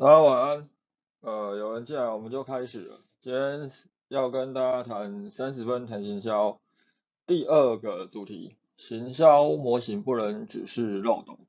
大家晚安。有人进来，我们就开始了。今天要跟大家谈30分谈行销，第二个主题，行销模型不能只是漏斗。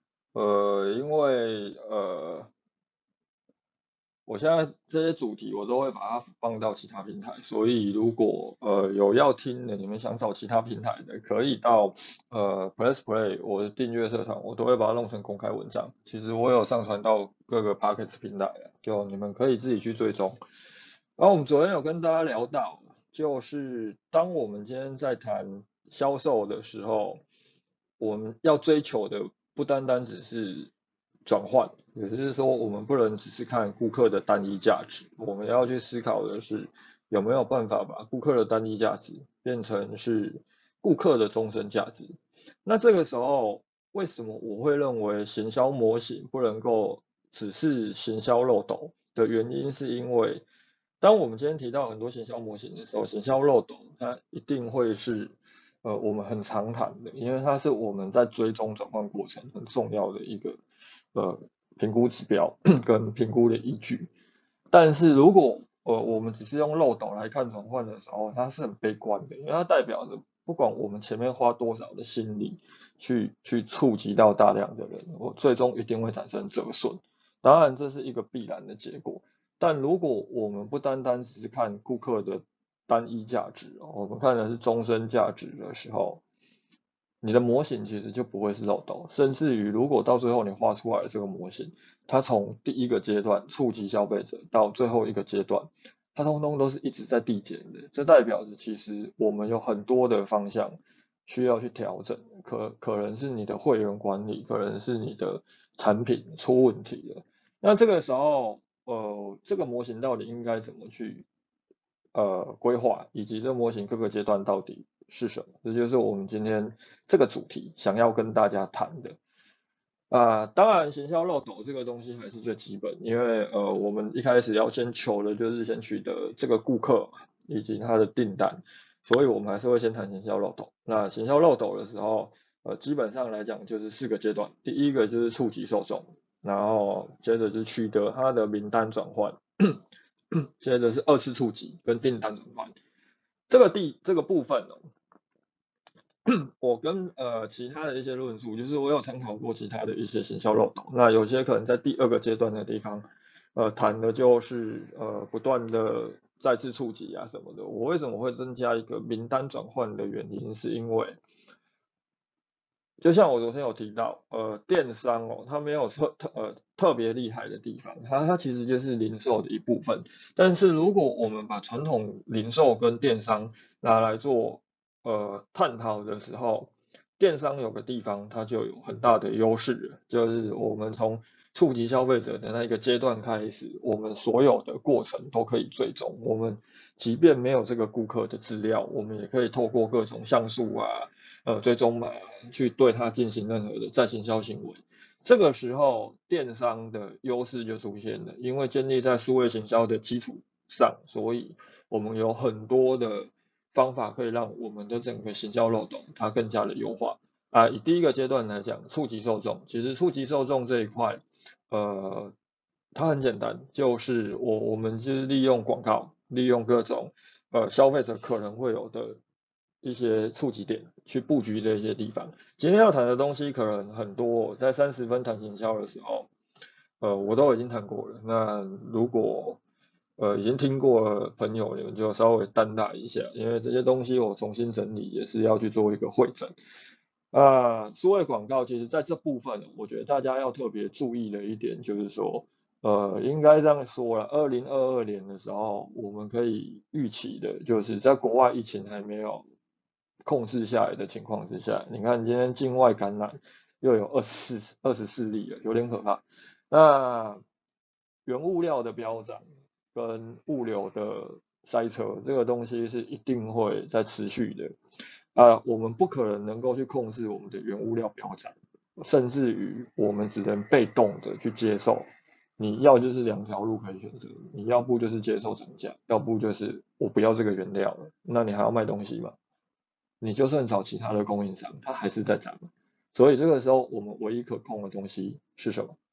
因为我现在这些主题我都会把它放到其他平台，所以如果有要听的，你们想找其他平台的，可以到Press Play 我的订阅社团，我都会把它弄成公开文章。其实我有上传到各个 Podcast 平台了，就你们可以自己去追踪。然后我们昨天有跟大家聊到，就是当我们今天在谈销售的时候，我们要追求的不单单只是转换，也就是说，我们不能只是看顾客的单一价值，我们要去思考的是有没有办法把顾客的单一价值变成是顾客的终身价值。那这个时候，为什么我会认为行销模型不能够只是行销漏斗的原因，是因为当我们今天提到很多行销模型的时候，行销漏斗它一定会是我们很常谈的，因为它是我们在追踪转换过程很重要的一个呃评估指标跟评估的依据。但是如果我们只是用漏斗来看转换的时候，它是很悲观的，因为它代表着不管我们前面花多少的心力去触及到大量的人，我最终一定会产生折损。当然这是一个必然的结果。但如果我们不单单只是看顾客的单一价值，我们看的是终身价值的时候，你的模型其实就不会是漏斗，甚至于如果到最后你画出来的这个模型，它从第一个阶段触及消费者到最后一个阶段，它通通都是一直在递减的，这代表着其实我们有很多的方向需要去调整，可能是你的会员管理，可能是你的产品出问题了，那这个时候这个模型到底应该怎么去规划，以及这个模型各个阶段到底是什么？这就是我们今天这个主题想要跟大家谈的。当然，行销漏斗这个东西还是最基本，因为我们一开始要先求的就是先取得这个顾客以及他的订单，所以我们还是会先谈行销漏斗。那行销漏斗的时候，基本上来讲就是4个阶段，第一个就是触及受众，然后接着就是取得他的名单转换，接着是二次触及跟订单转换。这个部分哦，我跟其他的一些论述，就是我有参考过其他的一些行销漏斗，那有些可能在第二个阶段的地方，谈的就是不断的再次触及啊什么的。我为什么会增加一个名单转换的原因，是因为就像我昨天有提到，电商哦，它没有特别厉害的地方，它其实就是零售的一部分。但是如果我们把传统零售跟电商拿来做探讨的时候，电商有个地方它就有很大的优势了，就是我们从触及消费者的那一个阶段开始，我们所有的过程都可以追踪。我们即便没有这个顾客的资料，我们也可以透过各种像素啊。追踪码去对它进行任何的再行销行为。这个时候，电商的优势就出现了，因为建立在数位行销的基础上，所以我们有很多的方法可以让我们的整个行销漏斗它更加的优化。以第一个阶段来讲，触及受众，其实触及受众这一块，呃，它很简单，就是我们就是利用广告，利用各种消费者可能会有的一些触及点去布局这些地方。今天要谈的东西可能很多，在30分谈行销的时候，我都已经谈过了。那如果已经听过的朋友，你们就稍微担待一下，因为这些东西我重新整理也是要去做一个会诊。数位广告其实在这部分，我觉得大家要特别注意的一点就是说，应该这样说了，2022年的时候，我们可以预期的就是在国外疫情还没有控制下来的情况之下，你看今天境外感染又有24例了，有点可怕。那原物料的飙涨跟物流的塞车，这个东西是一定会在持续的。我们不可能够去控制我们的原物料飙涨，甚至于我们只能被动的去接受。你要就是两条路可以选择，你要不就是接受涨价，要不就是我不要这个原料了，那你还要卖东西吗？你就算找其他的供应商，它还是在涨。所以这个时候我们唯一可控的东西是什么？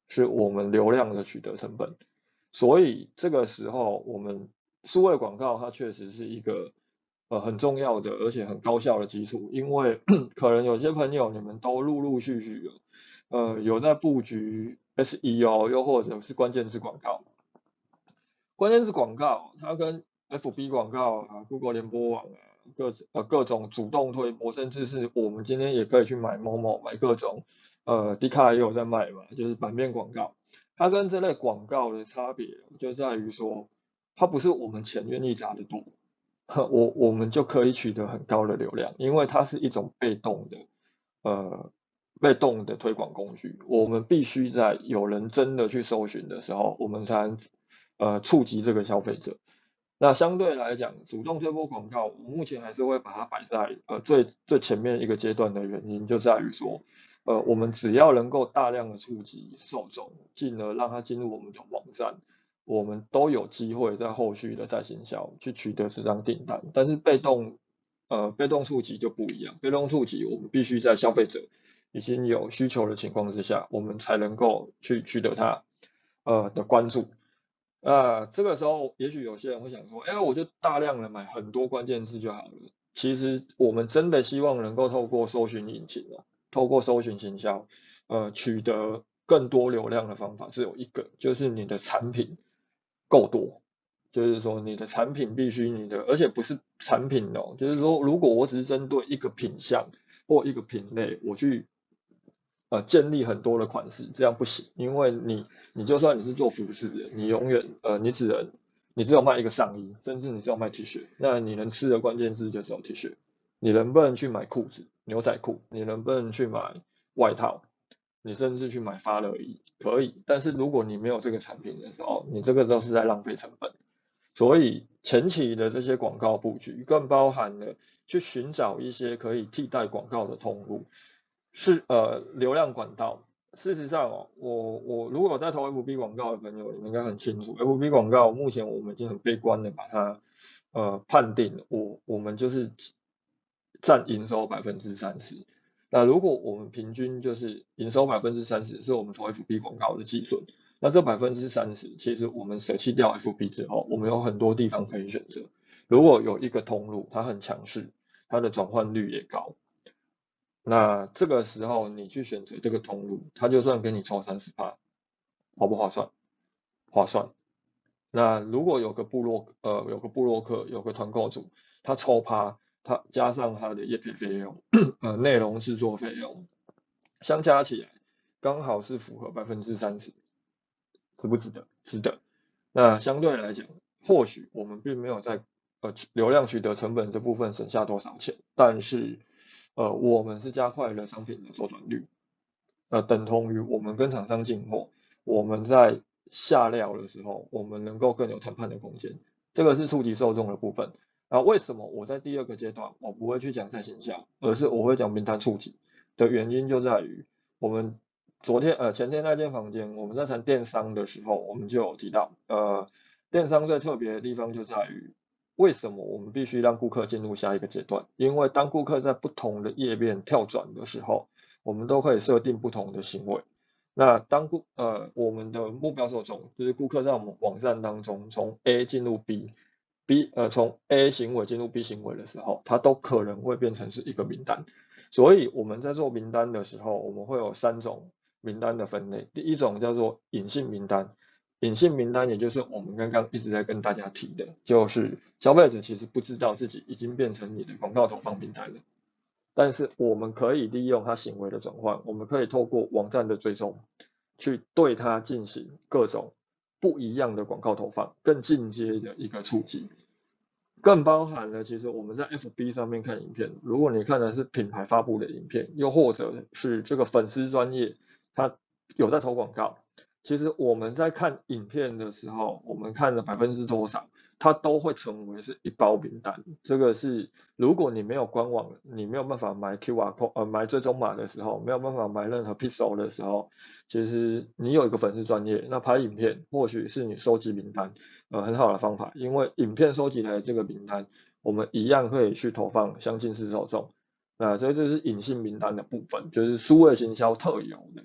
是我们流量的取得成本。所以这个时候，我们数位广告它确实是一个很重要的，而且很高效的基础，因为可能有些朋友你们都陆陆续续有在布局 SEO，又或者是关键字广告。关键字广告它跟 FB 广告啊、Google 联播网啊、各种主动推播，甚至是我们今天也可以去买某某买各种迪卡也有在卖嘛，就是版面广告。它跟这类广告的差别就在于说，它不是我们钱愿意砸的多，我们就可以取得很高的流量，因为它是一种呃被动的推广工具，我们必须在有人真的去搜寻的时候，我们才能触及这个消费者。那相对来讲，主动推播广告，我目前还是会把它摆在最前面一个阶段的原因，就在于说，我们只要能够大量的触及受众，进而让他进入我们的网站，我们都有机会在后续的再行销去取得这张订单。但是被动触及就不一样，被动触及我们必须在消费者已经有需求的情况之下，我们才能够去取得他的关注。这个时候也许有些人会想说，哎，我就大量的买很多关键字就好了。其实我们真的希望能够透过搜寻引擎透过搜寻行销，取得更多流量的方法是有一个，就是你的产品够多。就是说你的产品必须而且不是产品哦，就是说如果我只是针对一个品项或一个品类，我去建立很多的款式，这样不行，因为你就算你是做服饰的，你永远你只有卖一个上衣，甚至你只有卖 T 恤，那你能吃的关键字就只有 T 恤，你能不能去买裤子、牛仔裤？你能不能去买外套？你甚至去买发热衣，可以，但是如果你没有这个产品的时候，你这个都是在浪费成本。所以前期的这些广告布局，更包含了去寻找一些可以替代广告的通路，是流量管道。事实上我如果有在投 FB 广告的朋友，你们应该很清楚，FB 广告目前我们已经很悲观的把它判定我们就是占营收30%。那如果我们平均就是营收30%是我们投 FB 广告的计算，那这30%其实我们舍弃掉 FB 之后，我们有很多地方可以选择。如果有一个通路它很强势，它的转换率也高，那这个时候你去选择这个通路，它就算给你抽30%，划不划算？划算。那如果有个部落客，有个团购主，他抽趴，他加上他的业配费用，内容制作费用，相加起来刚好是符合30%，值不值得？值得。那相对来讲，或许我们并没有在流量取得成本这部分省下多少钱，但是我们是加快了商品的周转率，等同于我们跟厂商进货，我们在下料的时候，我们能够更有谈判的空间。这个是触及受众的部分。为什么我在第二个阶段我不会去讲再行销，而是我会讲名单触及的原因就在于我们前天那间房间，我们在谈电商的时候，我们就有提到，电商最特别的地方就在于，为什么我们必须让顾客进入下一个阶段？因为当顾客在不同的页面跳转的时候，我们都可以设定不同的行为。那我们的目标受众就是顾客在我们网站当中从 A 进入 从 A 行为进入 B 行为的时候，它都可能会变成是一个名单。所以我们在做名单的时候，我们会有3种名单的分类。第一种叫做隐性名单，隐性名单也就是我们刚刚一直在跟大家提的，就是消费者其实不知道自己已经变成你的广告投放名单了。但是我们可以利用它行为的转换，我们可以透过网站的追踪，去对它进行各种不一样的广告投放，更进阶的一个触及，更包含了其实我们在 FB 上面看影片，如果你看的是品牌发布的影片，又或者是这个粉丝专业，他有在投广告，其实我们在看影片的时候，我们看了多少，它都会成为是一包名单。这个是如果你没有官网，你没有办法买 QR code，买追踪码的时候，没有办法买任何 pixel 的时候，其实你有一个粉丝专业，那拍影片或许是你收集名单很好的方法，因为影片收集来的这个名单，我们一样可以去投放相近式受众。那这就是隐性名单的部分，就是数位行销特有的。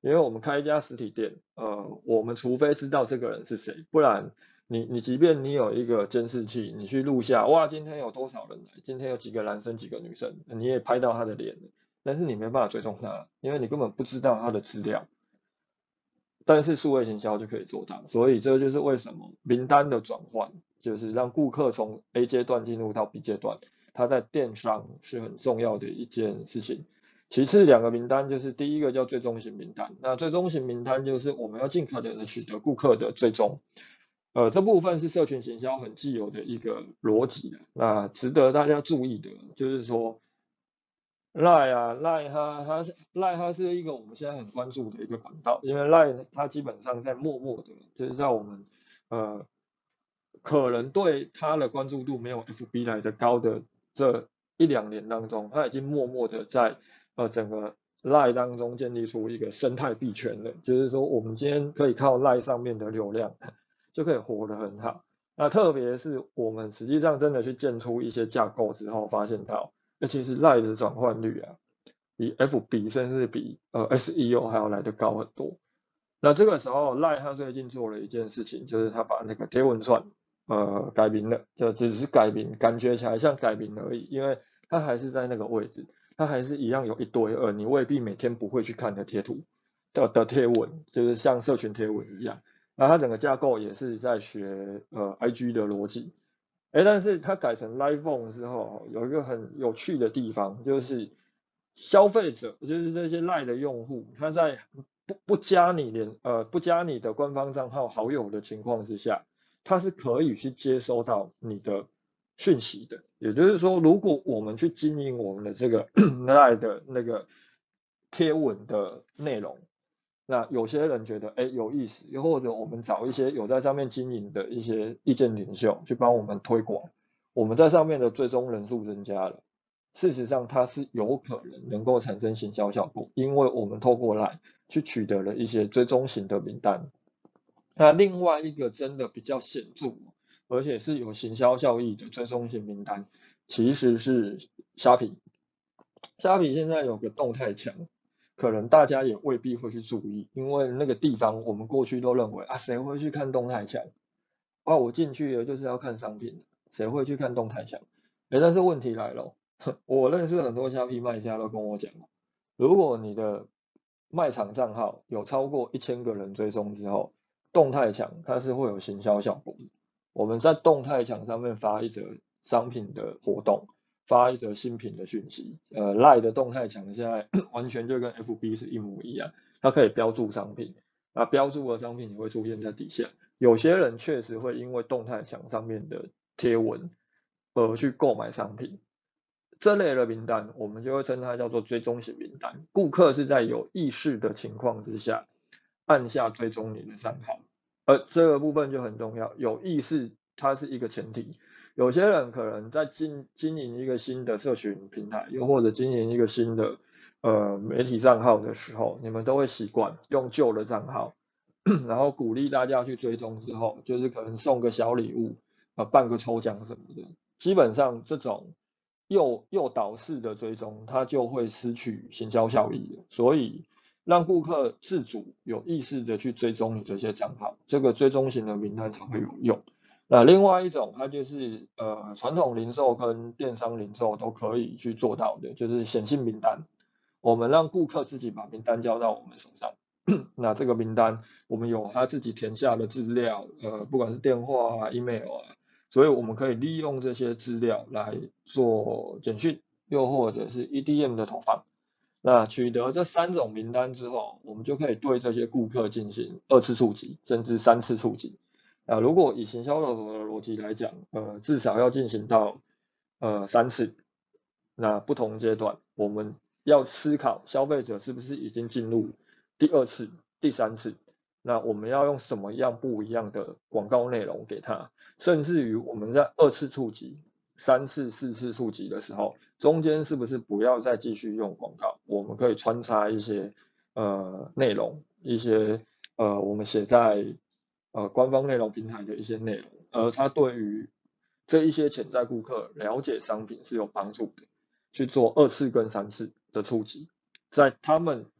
因为我们开一家实体店，我们除非知道这个人是谁，不然你即便你有一个监视器，你去录下，哇，今天有多少人来，今天有几个男生几个女生，你也拍到他的脸了，但是你没办法追踪他，因为你根本不知道他的资料。但是数位行销就可以做到，所以这就是为什么名单的转换，就是让顾客从 A 阶段进入到 B 阶段，它在电商是很重要的一件事情。其次两个名单就是第一个叫追踪型名单，那追踪型名单就是我们要尽可能的取得顾客的追踪，这部分是社群行销很既有的一个逻辑的，那值得大家注意的就是说。赖啊，赖它是一个我们现在很关注的一个管道，因为赖它基本上在默默的，就是在我们呃可能对它的关注度没有 FB 来的高的这一两年当中，它已经默默的在整个赖当中建立出一个生态币圈了，就是说我们今天可以靠赖上面的流量就可以活得很好。那特别是我们实际上真的去建出一些架构之后，发现到。其实 LINE 的转换率啊，比 FB 甚至比SEO 还要来得高很多。那这个时候 LINE 它最近做了一件事情，就是它把那个贴文串改名了，就只是改名，感觉起来像改名而已，因为它还是在那个位置，它还是一样有一堆你未必每天不会去看的贴图的贴文，就是像社群贴文一样。那它整个架构也是在学IG 的逻辑。但是它改成 Live Phone 之后，有一个很有趣的地方，就是消费者，就是这些赖的用户，他在不加你的官方账号好友的情况之下，他是可以去接收到你的讯息的。也就是说，如果我们去经营我们的这个赖的那个贴文的内容，那有些人觉得有意思，又或者我们找一些有在上面经营的一些意见领袖去帮我们推广，我们在上面的最终人数增加了。事实上，它是有可能够产生行销效果，因为我们透过 LINE 去取得了一些追踪型的名单。那另外一个真的比较显著，而且是有行销效益的追踪型名单，其实是虾皮。虾皮现在有个动态墙，可能大家也未必会去注意，因为那个地方我们过去都认为啊，谁会去看动态墙？我进去了就是要看商品，谁会去看动态墙？但是问题来了，我认识很多虾皮卖家都跟我讲，如果你的卖场账号有超过1000个人追踪之后，动态墙它是会有行销效果的。我们在动态墙上面发一则商品的活动，发一则新品的讯息。赖的动态墙现在完全就跟 FB 是一模一样，它可以标注商品，那标注的商品也会出现在底下。有些人确实会因为动态墙上面的贴文而去购买商品，这类的名单我们就会称它叫做追踪型名单。顾客是在有意识的情况之下按下追踪你的账号，而这个部分就很重要，有意识它是一个前提。有些人可能在经营一个新的社群平台，又或者经营一个新的媒体账号的时候，你们都会习惯用旧的账号，然后鼓励大家去追踪之后，就是可能送个小礼物，办个抽奖什么的。基本上这种诱导式的追踪，它就会失去行销效益了。所以让顾客自主有意识的去追踪你这些账号，这个追踪型的名单才会有用。那另外一种，它就是传统零售跟电商零售都可以去做到的，就是显性名单。我们让顾客自己把名单交到我们手上，那这个名单我们有他自己填下的资料，不管是电话啊、email 啊，所以我们可以利用这些资料来做简讯，又或者是 EDM 的投放。那取得这3种名单之后，我们就可以对这些顾客进行2次触及，甚至3次触及。如果以行销的逻辑来讲，至少要进行到3次。那不同阶段，我们要思考消费者是不是已经进入第2次、第3次。那我们要用什么样不一样的广告内容给他？甚至于我们在2次触及、3次、4次触及的时候，中间是不是不要再继续用广告？我们可以穿插一些内容，一些我们写在官方内容平台的一些内容，而它对于这一些潜在顾客了解商品是有帮助的，去做2次跟3次的触及，在他们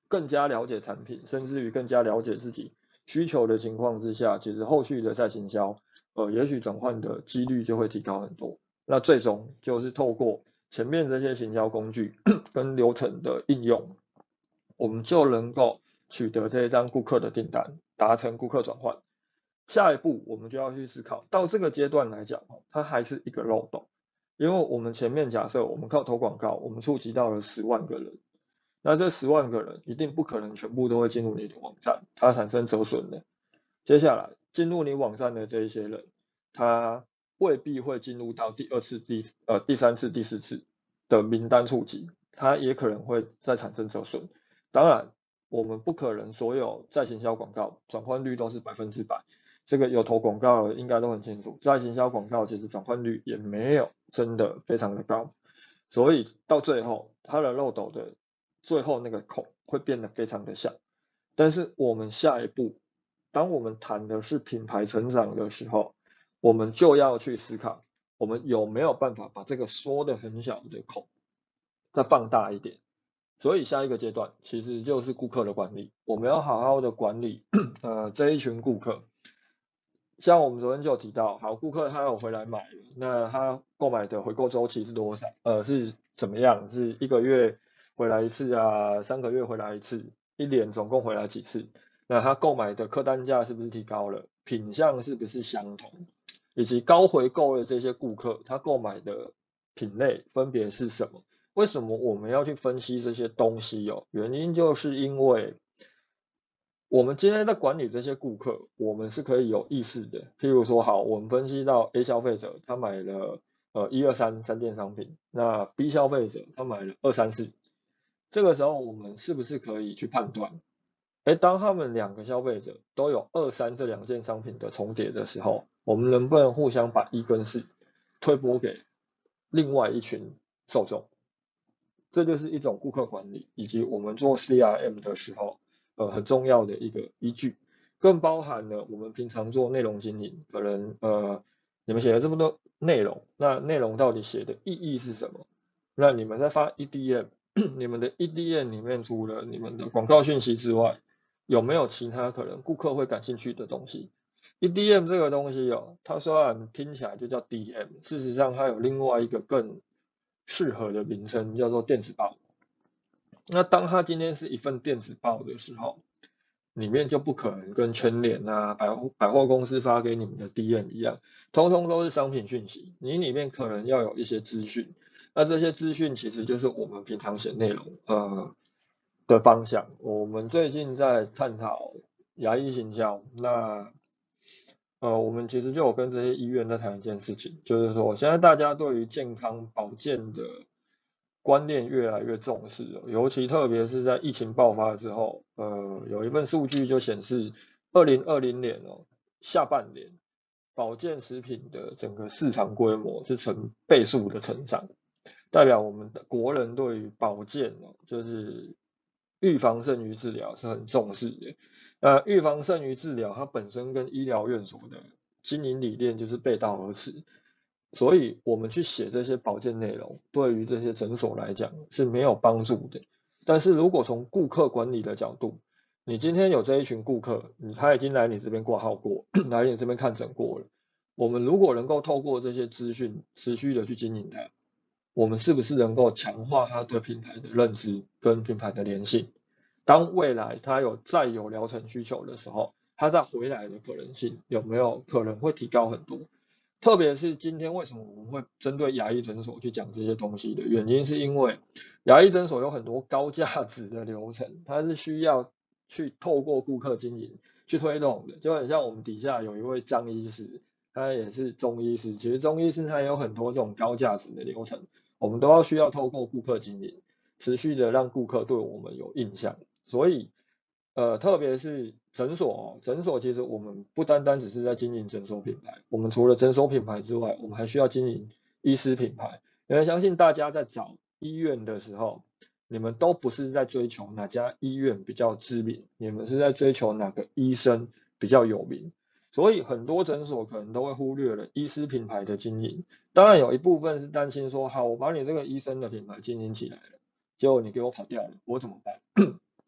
更加了解产品，甚至于更加了解自己需求的情况之下，其实后续的再行销，也许转换的几率就会提高很多。那最终就是透过前面这些行销工具跟流程的应用，我们就能够取得这一张顾客的订单，达成顾客转换。下一步我们就要去思考，到这个阶段来讲，它还是一个漏洞，因为我们前面假设我们靠投广告，我们触及到了10万个人，那这10万个人一定不可能全部都会进入你的网站，它产生折损的。接下来进入你网站的这一些人，他未必会进入到第2次、第3次、第4次的名单触及，他也可能会再产生折损。当然，我们不可能所有在行销广告转换率都是100%，这个有投广告的应该都很清楚，在行销广告其实转换率也没有真的非常的高，所以到最后它的漏斗的最后那个孔会变得非常的小。但是我们下一步，当我们谈的是品牌成长的时候，我们就要去思考，我们有没有办法把这个缩的很小的孔再放大一点。所以下一个阶段其实就是顾客的管理，我们要好好的管理这一群顾客。像我们昨天就有提到，好，顾客他有回来买了，那他购买的回购周期是多少？是怎么样？是1个月回来一次啊，3个月回来一次，1年总共回来几次？那他购买的客单价是不是提高了？品项是不是相同？以及高回购的这些顾客，他购买的品类分别是什么？为什么我们要去分析这些东西哦？原因就是因为我们今天在管理这些顾客，我们是可以有意识的。譬如说，好，我们分析到 A 消费者他买了1、2、3件商品，那 B 消费者他买了2、3、4，这个时候我们是不是可以去判断，当他们2个消费者都有2、3这2件商品的重叠的时候，我们能不能互相把1跟4推播给另外一群受众？这就是一种顾客管理，以及我们做 CRM 的时候，很重要的一个依据，更包含了我们平常做内容经营，可能你们写了这么多内容，那内容到底写的意义是什么？那你们在发 EDM，你们的 EDM 里面除了你们的广告讯息之外，有没有其他可能顾客会感兴趣的东西？EDM 这个东西哦，它虽然听起来就叫 DM，事实上它有另外一个更适合的名称，叫做电子报。那当它今天是一份电子报的时候，里面就不可能跟全联啊、百货公司发给你们的 DM 一样，通通都是商品讯息。你里面可能要有一些资讯，那这些资讯其实就是我们平常写内容的方向。我们最近在探讨牙医行销，那我们其实就有跟这些医院在谈一件事情，就是说现在大家对于健康保健的观念越来越重视了，尤其特别是在疫情爆发之后，有一份数据就显示，2020年下半年保健食品的整个市场规模是成倍数的成长，代表我们的国人对于保健就是预防胜于治疗是很重视的。预防胜于治疗，它本身跟医疗院所的经营理念就是背道而驰，所以我们去写这些保健内容，对于这些诊所来讲是没有帮助的。但是如果从顾客管理的角度，你今天有这一群顾客，他已经来你这边挂号过，来你这边看诊过了，我们如果能够透过这些资讯持续的去经营它，我们是不是能够强化他对品牌的认知跟品牌的粘性？当未来他再有疗程需求的时候，他再回来的可能性有没有可能会提高很多？特别是今天为什么我们会针对牙医诊所去讲这些东西的原因，是因为牙医诊所有很多高价值的流程，它是需要去透过顾客经营去推动的，就很像我们底下有一位张医师，他也是中医师，其实中医师他也有很多这种高价值的流程，我们都要需要透过顾客经营，持续的让顾客对我们有印象。所以，特别是诊所诊所其实我们不单单只是在经营诊所品牌，我们除了诊所品牌之外，我们还需要经营医师品牌。因为相信大家在找医院的时候，你们都不是在追求哪家医院比较知名，你们是在追求哪个医生比较有名。所以很多诊所可能都会忽略了医师品牌的经营。当然有一部分是担心说，好，我把你这个医生的品牌经营起来了，结果你给我跑掉了，我怎么办？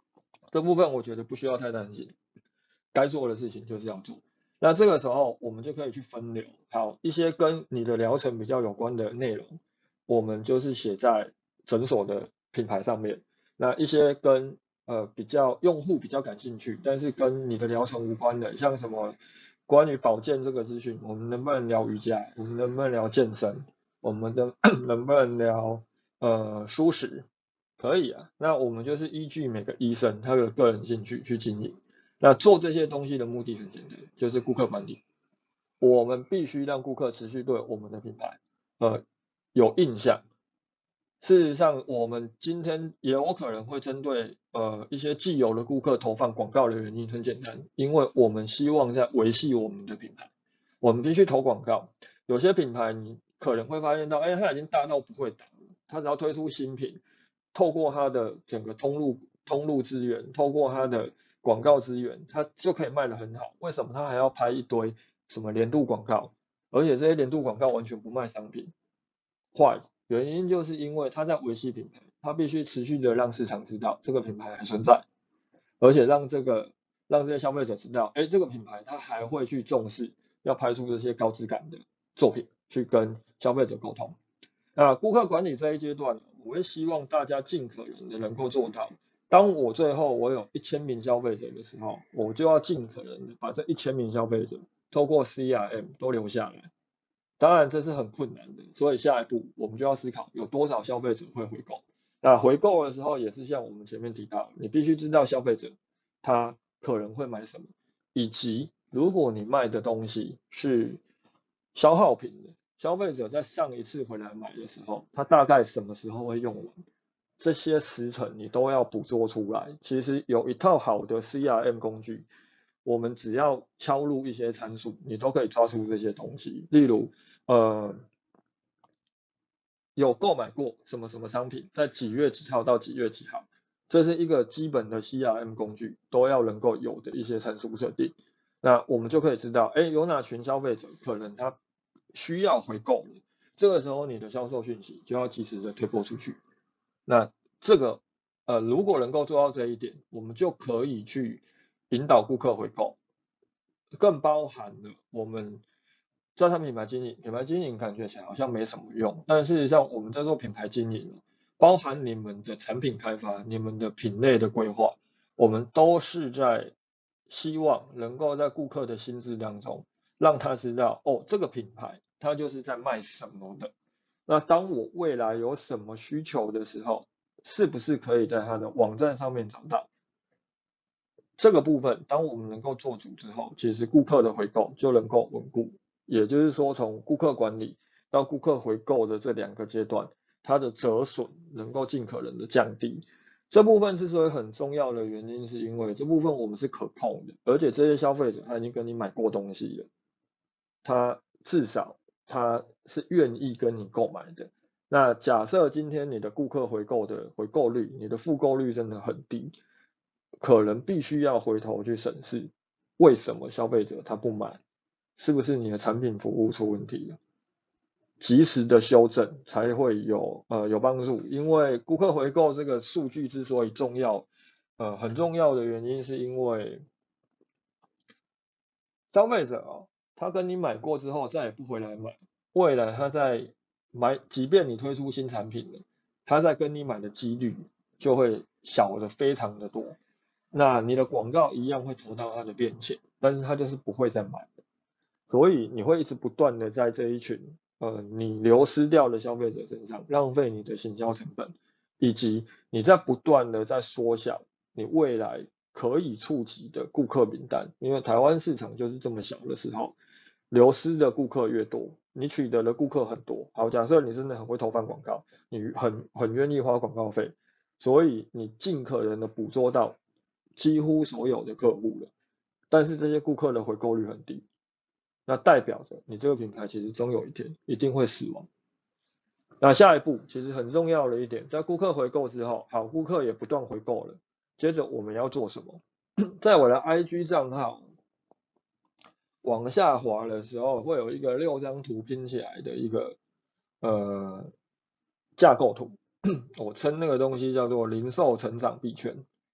这部分我觉得不需要太担心，该做的事情就是要做。那这个时候我们就可以去分流，好，一些跟你的疗程比较有关的内容，我们就是写在诊所的品牌上面。那一些跟比较用户比较感兴趣，但是跟你的疗程无关的，像什么关于保健这个资讯，我们能不能聊瑜伽？我们能不能聊健身？我们的能不能聊舒适？可以啊，那我们就是依据每个医生他的个人兴趣去经营。那做这些东西的目的很简单，就是顾客管理。我们必须让顾客持续对我们的品牌有印象。事实上，我们今天也有可能会针对一些既有的顾客投放广告的原因很简单，因为我们希望在维系我们的品牌，我们必须投广告。有些品牌你可能会发现到，哎，它已经大到不会打了，它只要推出新品，透过它的整个通路资源，透过它的广告资源，它就可以卖得很好。为什么它还要拍一堆什么年度广告？而且这些年度广告完全不卖商品，坏，原因就是因为它在维系品牌，它必须持续的让市场知道这个品牌还存在，而且让这些消费者知道，哎，这个品牌它还会去重视，要拍出这些高质感的作品，去跟消费者沟通。那顾客管理这一阶段，我会希望大家尽可能的能够做到。当我最后我有1000名消费者的时候，我就要尽可能的把这1000名消费者透过 CRM 都留下来。当然这是很困难的，所以下一步我们就要思考有多少消费者会回购。那回购的时候也是像我们前面提到，你必须知道消费者他可能会买什么，以及如果你卖的东西是消耗品的，消费者在上一次回来买的时候，他大概什么时候会用完？这些时程你都要捕捉出来。其实有一套好的 CRM 工具，我们只要敲入一些参数，你都可以抓出这些东西。例如，呃，有购买过什么什么商品，在几月几号到几月几号，这是一个基本的 CRM 工具都要能够有的一些参数设定。那我们就可以知道，哎，有哪群消费者可能他需要回购了，这个时候你的销售讯息就要及时的推播出去。那这个如果能够做到这一点，我们就可以去引导顾客回购，更包含了我们在谈品牌经营，品牌经营感觉起来好像没什么用，但事实上我们在做品牌经营，包含你们的产品开发、你们的品类的规划，我们都是在希望能够在顾客的心智当中，让他知道，哦，这个品牌它就是在卖什么的。那当我未来有什么需求的时候，是不是可以在他的网站上面找到？这个部分，当我们能够做主之后，其实顾客的回购就能够稳固。也就是说，从顾客管理到顾客回购的这2个阶段，它的折损能够尽可能的降低。这部分之所以很重要的原因，是因为这部分我们是可控的，而且这些消费者他已经跟你买过东西了，他至少他是愿意跟你购买的。那假设今天你的顾客回购的回购率，你的复购率真的很低，可能必须要回头去审视，为什么消费者他不买，是不是你的产品服务出问题了？及时的修正才会有帮助，因为顾客回购这个数据之所以重要，很重要的原因是因为消费者他跟你买过之后再也不回来买，未来他在买，即便你推出新产品了，他在跟你买的几率就会小的非常的多。那你的广告一样会投到他的面前，但是他就是不会再买，所以你会一直不断的在这一群你流失掉的消费者身上浪费你的行销成本，以及你在不断的在缩小你未来可以触及的顾客名单，因为台湾市场就是这么小的时候，流失的顾客越多，你取得的顾客很多。好，假设你真的很会投放广告，你很愿意花广告费，所以你尽可能的捕捉到几乎所有的客户了，但是这些顾客的回购率很低，那代表着你这个品牌其实终有一天一定会死亡。那下一步其实很重要的一点，在顾客回购之后，好，顾客也不断回购了，接着我们要做什么？在我的 IG 账号往下滑的时候，会有一个6张图拼起来的一个呃架构图，我称那个东西叫做零售成长币圈。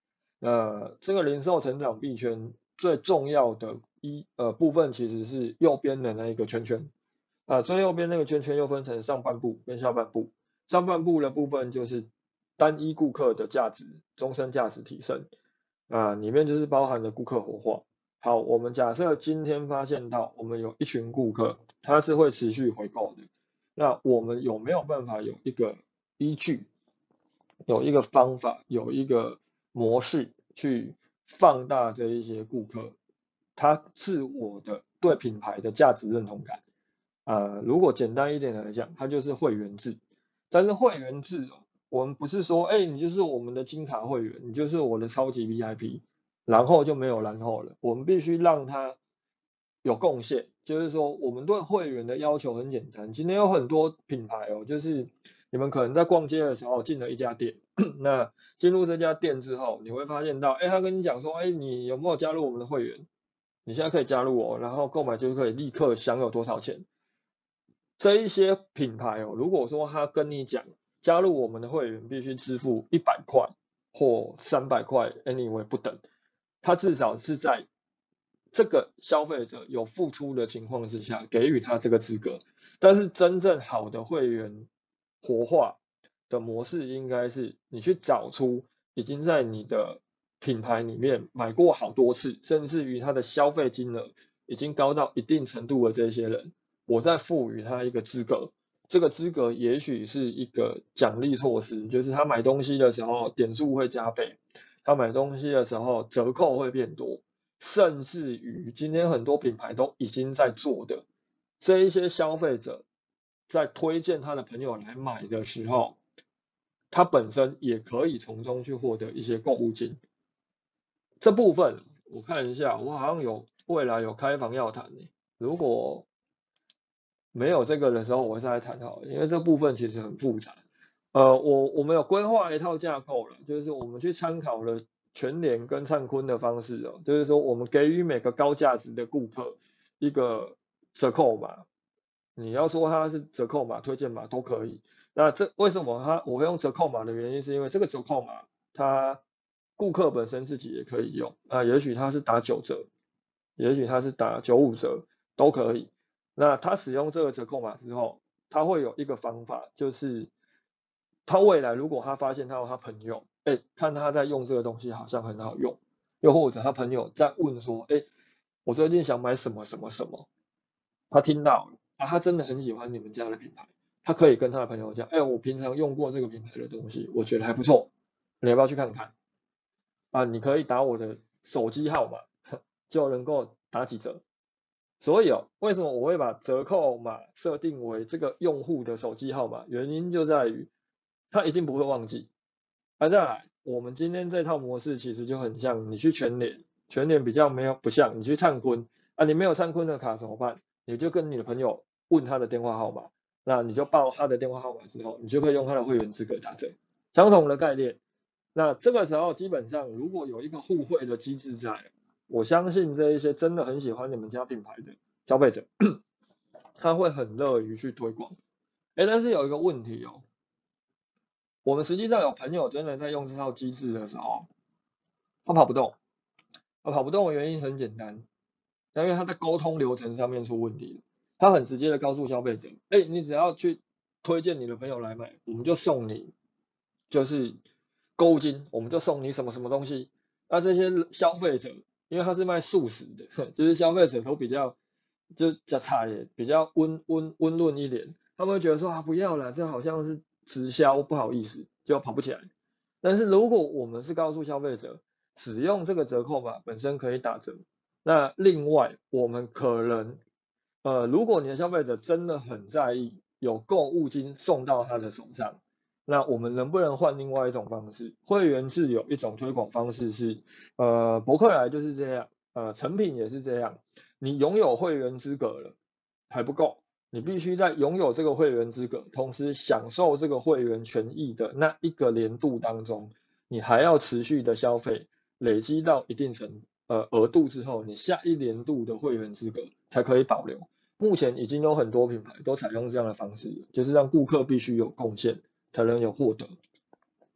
这个零售成长币圈最重要的部分其实是右边的那一个圈圈。最右边那个圈圈又分成上半部跟下半部。上半部的部分就是单一顾客的价值、终身价值提升。里面就是包含了顾客活化。好，我们假设今天发现到我们有一群顾客，他是会持续回购的，那我们有没有办法有一个依据，有一个方法，有一个模式去放大这一些顾客，他自我的对品牌的价值认同感？如果简单一点来讲，它就是会员制。但是会员制哦，我们不是说，你就是我们的金卡会员，你就是我的超级 VIP，然后就没有然后了。我们必须让他有贡献，就是说，我们对会员的要求很简单。今天有很多品牌哦，就是你们可能在逛街的时候进了一家店，那进入这家店之后，你会发现到，他跟你讲说，你有没有加入我们的会员？你现在可以加入我，然后购买就可以立刻享有多少钱？这一些品牌哦，如果说他跟你讲加入我们的会员必须支付100块或300块，anyway 不等，他至少是在这个消费者有付出的情况之下给予他这个资格。但是真正好的会员活化的模式，应该是你去找出已经在你的品牌里面买过好多次，甚至于他的消费金额已经高到一定程度的这些人。我再赋予他一个资格，这个资格也许是一个奖励措施，就是他买东西的时候点数会加倍，他买东西的时候折扣会变多，甚至于今天很多品牌都已经在做的，这一些消费者在推荐他的朋友来买的时候，他本身也可以从中去获得一些购物金。这部分我看一下，我好像未来有开房要谈呢，如果没有这个的时候，我再来谈好了，因为这部分其实很复杂。我们有规划一套架构了，就是我们去参考了全联跟灿坤的方式哦，就是说我们给予每个高价值的顾客一个折扣码，你要说它是折扣码、推荐码都可以。那这为什么我会用折扣码的原因，是因为这个折扣码它顾客本身自己也可以用也许他是打9折，也许他是打95折都可以。那他使用这个折扣码之后，他会有一个方法，就是他未来如果他发现他有他朋友，看他在用这个东西好像很好用，又或者他朋友在问说，我最近想买什么什么什么，他听到了他真的很喜欢你们家的品牌，他可以跟他的朋友讲，我平常用过这个品牌的东西，我觉得还不错，你要不要去看看？你可以打我的手机号码，就能够打几折。所以为什么我会把折扣码设定为这个用户的手机号码？原因就在于他一定不会忘记。再来，我们今天这套模式其实就很像你去全联，全联比较没有不像你去灿坤你没有灿坤的卡怎么办？你就跟你的朋友问他的电话号码，那你就报他的电话号码之后，你就可以用他的会员资格打折，相同的概念。那这个时候基本上如果有一个互惠的机制在，我相信这一些真的很喜欢你们家品牌的消费者，他会很乐于去推广。但是有一个问题哦，我们实际上有朋友真的在用这套机制的时候，他跑不动。跑不动的原因很简单，因为他在沟通流程上面出问题了。他很直接的告诉消费者，你只要去推荐你的朋友来买，我们就送你就是购物金，我们就送你什么什么东西。那这些消费者，因为他是卖素食的，就是消费者都比较就较差也比较温润一点，他们会觉得说不要了，这好像是直销，不好意思，就跑不起来。但是如果我们是告诉消费者，使用这个折扣码本身可以打折，那另外我们可能如果你的消费者真的很在意有购物金送到他的手上，那我们能不能换另外一种方式？会员制有一种推广方式是，博客来就是这样，成品也是这样，你拥有会员资格了还不够，你必须在拥有这个会员资格，同时享受这个会员权益的那一个年度当中，你还要持续的消费，累积到一定额度之后，你下一年度的会员资格才可以保留。目前已经有很多品牌都采用这样的方式，就是让顾客必须有贡献才能有获得。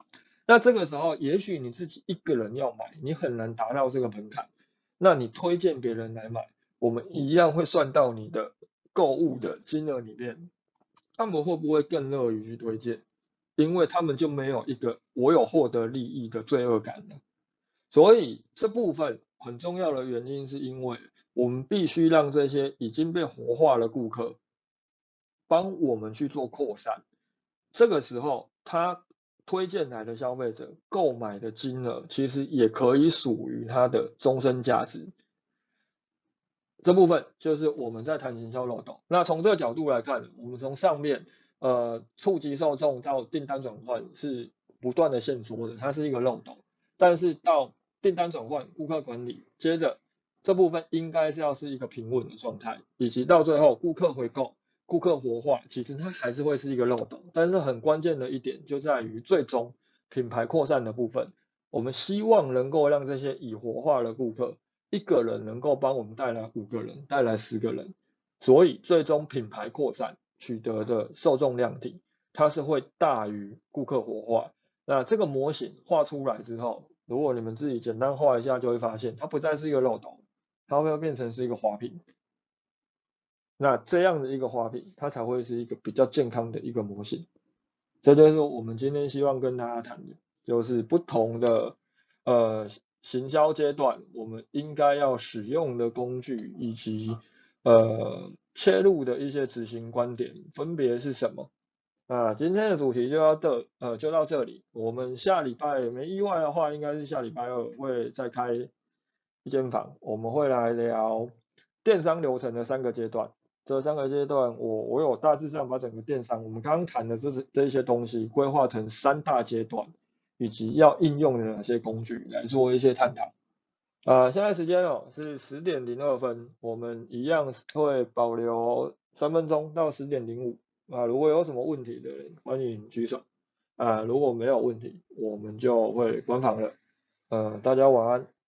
那这个时候，也许你自己一个人要买，你很难达到这个门槛，那你推荐别人来买，我们一样会算到你的购物的金额里面，他们会不会更乐于去推荐？因为他们就没有一个我有获得利益的罪恶感了。所以这部分很重要的原因是因为我们必须让这些已经被活化的顾客帮我们去做扩散。这个时候，他推荐来的消费者购买的金额，其实也可以属于他的终身价值。这部分就是我们在谈营销漏斗。那从这个角度来看，我们从上面触及受众到订单转换是不断的限缩的，它是一个漏斗。但是到订单转换、顾客管理，接着这部分应该是要是一个平稳的状态，以及到最后顾客回购、顾客活化，其实它还是会是一个漏斗。但是很关键的一点就在于最终品牌扩散的部分，我们希望能够让这些已活化的顾客一个人能够帮我们带来5个人，带来10个人，所以最终品牌扩散取得的受众量体，它是会大于顾客活化。那这个模型画出来之后，如果你们自己简单画一下，就会发现它不再是一个漏斗，它会变成是一个花瓶。那这样的一个花瓶，它才会是一个比较健康的一个模型。这就是我们今天希望跟大家谈的，就是不同的行销阶段，我们应该要使用的工具以及切入的一些执行观点分别是什么。那今天的主题就到这里，我们下礼拜没意外的话，应该是下礼拜2会再开一间房，我们会来聊电商流程的3个阶段。这3个阶段，我有大致上把整个电商我们刚刚谈的这一些东西规划成3大阶段，以及要应用的哪些工具来做一些探讨。现在时间是10:02，我们一样会保留3分钟到10:05。如果有什么问题的人，欢迎举手。如果没有问题，我们就会关房了。大家晚安。